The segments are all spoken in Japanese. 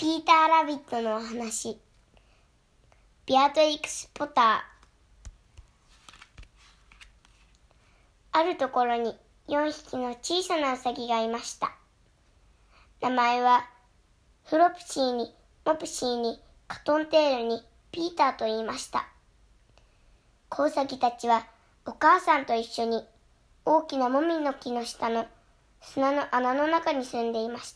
ピーターラビットのお話。ビアトリクス・ポター。あるところに4匹の小さなウサギがいました。名前はフロプシーにモプシーにカトンテールにピーターと言いました。子ウサギたちはお母さんと一緒に大きなモミの木の下の砂の穴の中に住んでいました。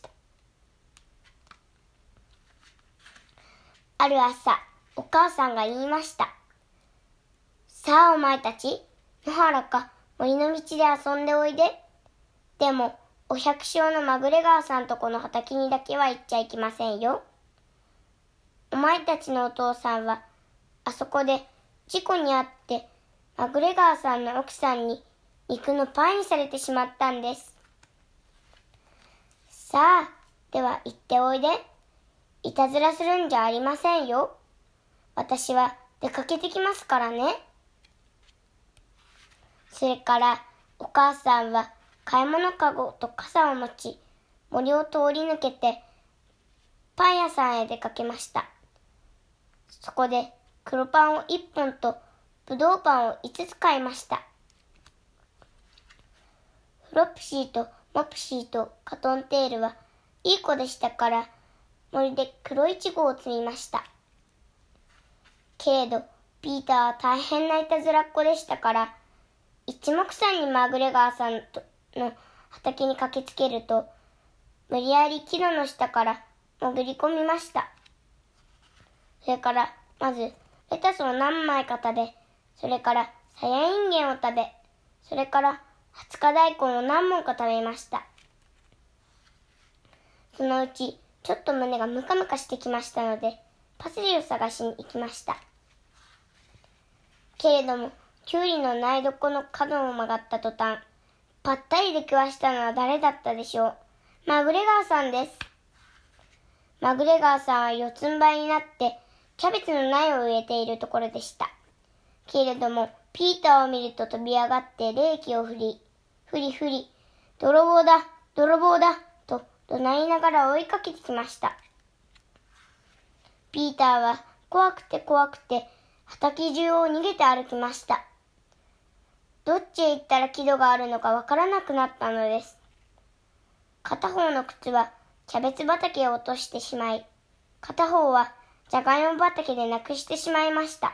ある朝、お母さんが言いました。さあお前たち、野原か森の道で遊んでおいで。でも、お百姓のマグレガーさんとこの畑にだけは行っちゃいけませんよ。お前たちのお父さんは、あそこで事故に遭って、マグレガーさんの奥さんに肉のパイにされてしまったんです。さあ、では行っておいで。いたずらするんじゃありませんよ。私は出かけてきますからね。それからお母さんは買い物かごと傘を持ち、森を通り抜けてパン屋さんへ出かけました。そこで黒パンを1本とぶどうパンを5つ買いました。フロプシーとモプシーとカトンテールはいい子でしたから森で黒いちごを摘みました。けれどピーターは大変ないたずらっ子でしたから一目散にマグレガーさんの畑に駆けつけると無理やり木戸の下から潜り込みました。それからまずレタスを何枚か食べ、それからさやいんげんを食べ、それから20日大根を何本か食べました。そのうちちょっと胸がムカムカしてきましたのでパセリを探しに行きました。けれどもキュウリの苗床の角を曲がった途端、ぱったり出くわしたのは誰だったでしょう。マグレガーさんです。マグレガーさんは四つん這いになってキャベツの苗を植えているところでした。けれどもピーターを見ると飛び上がって冷気を振り、泥棒だ、泥棒だと怒鳴りながら追いかけてきました。ピーターは怖くて畑中を逃げて歩きました。どっちへ行ったら木戸があるのかわからなくなったのです。片方の靴はキャベツ畑を落としてしまい、片方はじゃがいも畑でなくしてしまいました。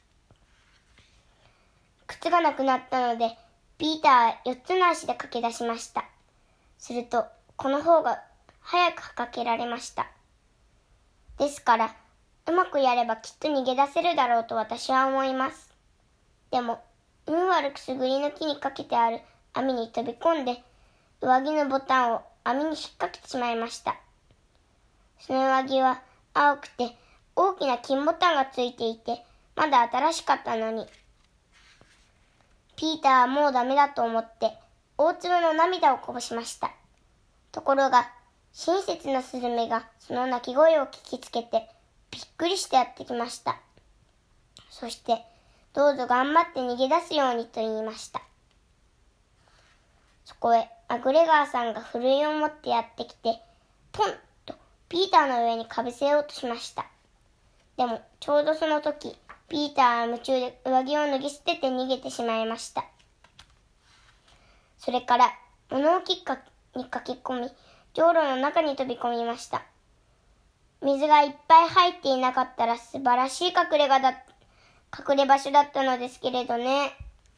靴がなくなったので、ピーターは4つの足で駆け出しました。すると、この方が早く駆けられました。ですから、うまくやればきっと逃げ出せるだろうと私は思います。でも、運悪くすぐりの木にかけてある網に飛び込んで、上着のボタンを網に引っ掛けてしまいました。その上着は青くて大きな金ボタンがついていて、まだ新しかったのに。ピーターはもうダメだと思って大粒の涙をこぼしました。ところが親切なスズメがその鳴き声を聞きつけてびっくりしてやってきました。そしてどうぞ頑張って逃げ出すようにと言いました。そこへマグレガーさんがふるいを持ってやってきてポンとピーターの上にかぶせようとしました。でもちょうどその時ピーターは夢中で上着を脱ぎ捨てて逃げてしまいました。それから物置に駆け込み、じょうろの中に飛び込みました。水がいっぱい入っていなかったら素晴らしい隠れ場所だったのですけれどね。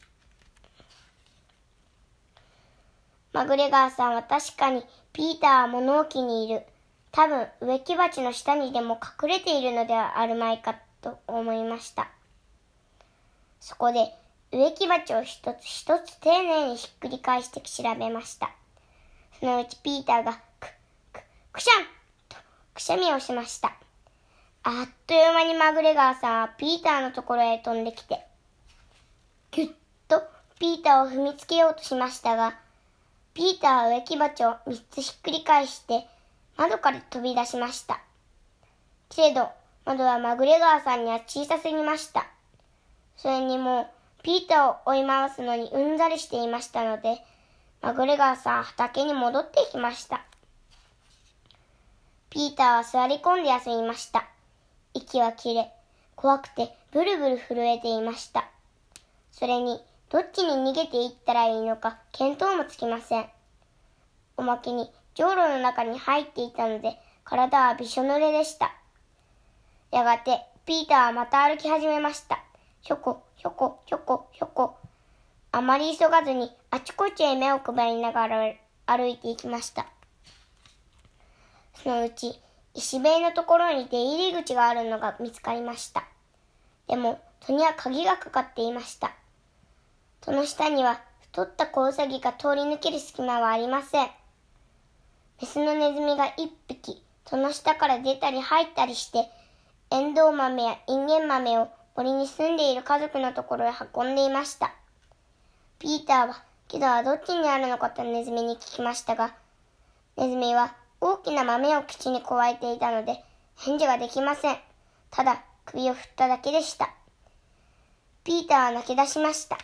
マグレガーさんは確かにピーターは物置にいる。多分植木鉢の下にでも隠れているのではあるまいかと思いました。そこで植木鉢を一つ一つ丁寧にひっくり返して調べました。そのうちピーターがくしゃんとくしゃみをしました。あっという間にマグレガーさんはピーターのところへ飛んできて、ぎゅっとピーターを踏みつけようとしましたが、ピーターは植木鉢を3つひっくり返して窓から飛び出しました。けれど窓はマグレガーさんには小さすぎました。それにもうピーターを追い回すのにうんざりしていましたので、マグレガーさんは畑に戻っていきました。 ピーターは座り込んで休みました。息は切れ、怖くてブルブル震えていました。それに、どっちに逃げていったらいいのか見当もつきません。おまけに、じょうろの中に入っていたので、体はびしょ濡れでした。やがて、ピーターはまた歩き始めました。ひょこ、ひょこ、ひょこ、ひょこ。あまり急がずに、あちこちへ目を配りながら歩いていきました。そのうち、石塀のところに出入り口があるのが見つかりました。でも、戸には鍵がかかっていました。戸の下には、太った子ウサギが通り抜ける隙間はありません。メスのネズミが一匹、戸の下から出たり入ったりして、エンドウ豆やインゲン豆を森に住んでいる家族のところへ運んでいました。ピーターは、木戸はどっちにあるのかとネズミに聞きましたが、ネズミは大きな豆を口にくわえていたので、返事ができません。ただ、首を振っただけでした。ピーターは泣き出しました。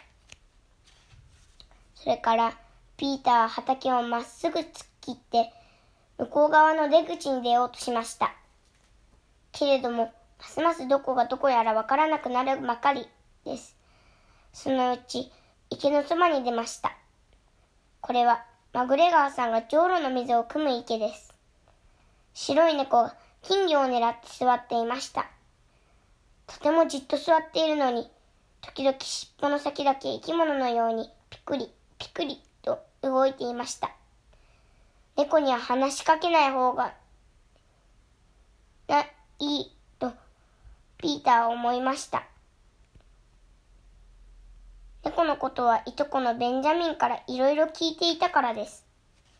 それから、ピーターは畑をまっすぐ突っ切って、向こう側の出口に出ようとしました。けれども、ますますどこがどこやらわからなくなるばかりです。そのうち、池のそばに出ました。これは、マグレガーさんがじょうろの水を汲む池です。白い猫が金魚を狙って座っていました。とてもじっと座っているのに、時々尻尾の先だけ生き物のようにピクリ、ピクリと動いていました。猫には話しかけない方がいいとピーターは思いました。猫のことはいとこのベンジャミンからいろいろ聞いていたからです。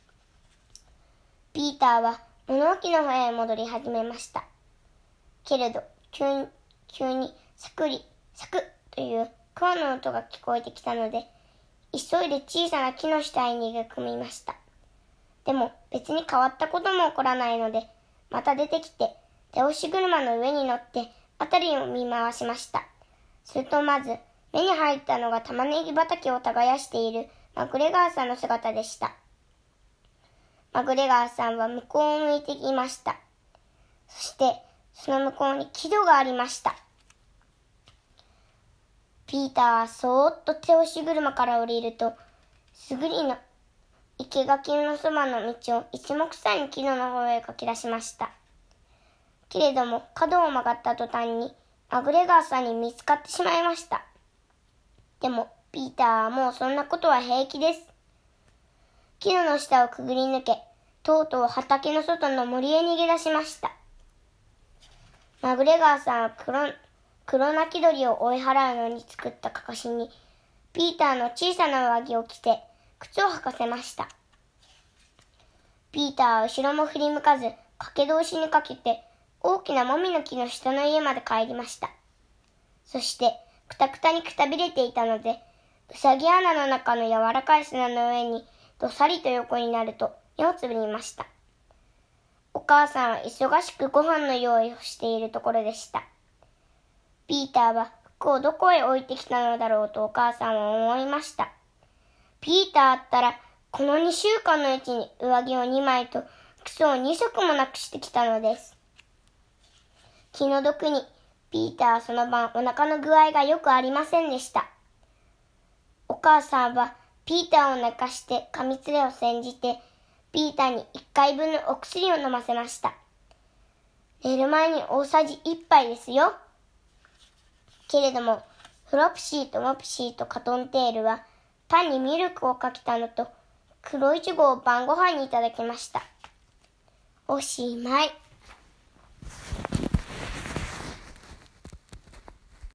ピーターは物置の部屋へ戻り始めました。けれど急にサクリサクという桑の音が聞こえてきたので、急いで小さな木の下へ逃げ込みました。でも別に変わったことも起こらないので、また出てきて手押し車の上に乗って辺りを見回しました。するとまず目に入ったのが玉ねぎ畑を耕しているマグレガーさんの姿でした。マグレガーさんは向こうを向いていました。そしてその向こうに木戸がありました。ピーターはそーっと手押し車から降りると、すぐりの生垣のそばの道を一目散に木戸の方へ駆け出しました。けれども角を曲がった途端にマグレガーさんに見つかってしまいました。でもピーターはもうそんなことは平気です。木戸の下をくぐり抜け、とうとう畑の外の森へ逃げ出しました。マグレガーさんは黒泣き鳥を追い払うのに作ったかかしに、ピーターの小さな上着を着て、靴を履かせました。ピーターは後ろも振り向かず、駆け通しにかけて、大きなもみの木の下の家まで帰りました。そして、くたくたにくたびれていたので、うさぎ穴の中の柔らかい砂の上に、どさりと横になると、目をつぶりました。お母さんは忙しくご飯の用意をしているところでした。ピーターは服をどこへ置いてきたのだろうとお母さんは思いました。ピーターったら、この2週間のうちに上着を2枚と靴を2足もなくしてきたのです。気の毒に、ピーターはその晩お腹の具合がよくありませんでした。お母さんはピーターを寝かして噛みつれを煎じて、ピーターに1回分のお薬を飲ませました。寝る前に大さじ1杯ですよ。けれども、フロプシーとモプシーとカトンテールは、パンにミルクをかけたのと、黒いちごを晩ご飯にいただきました。おしまい。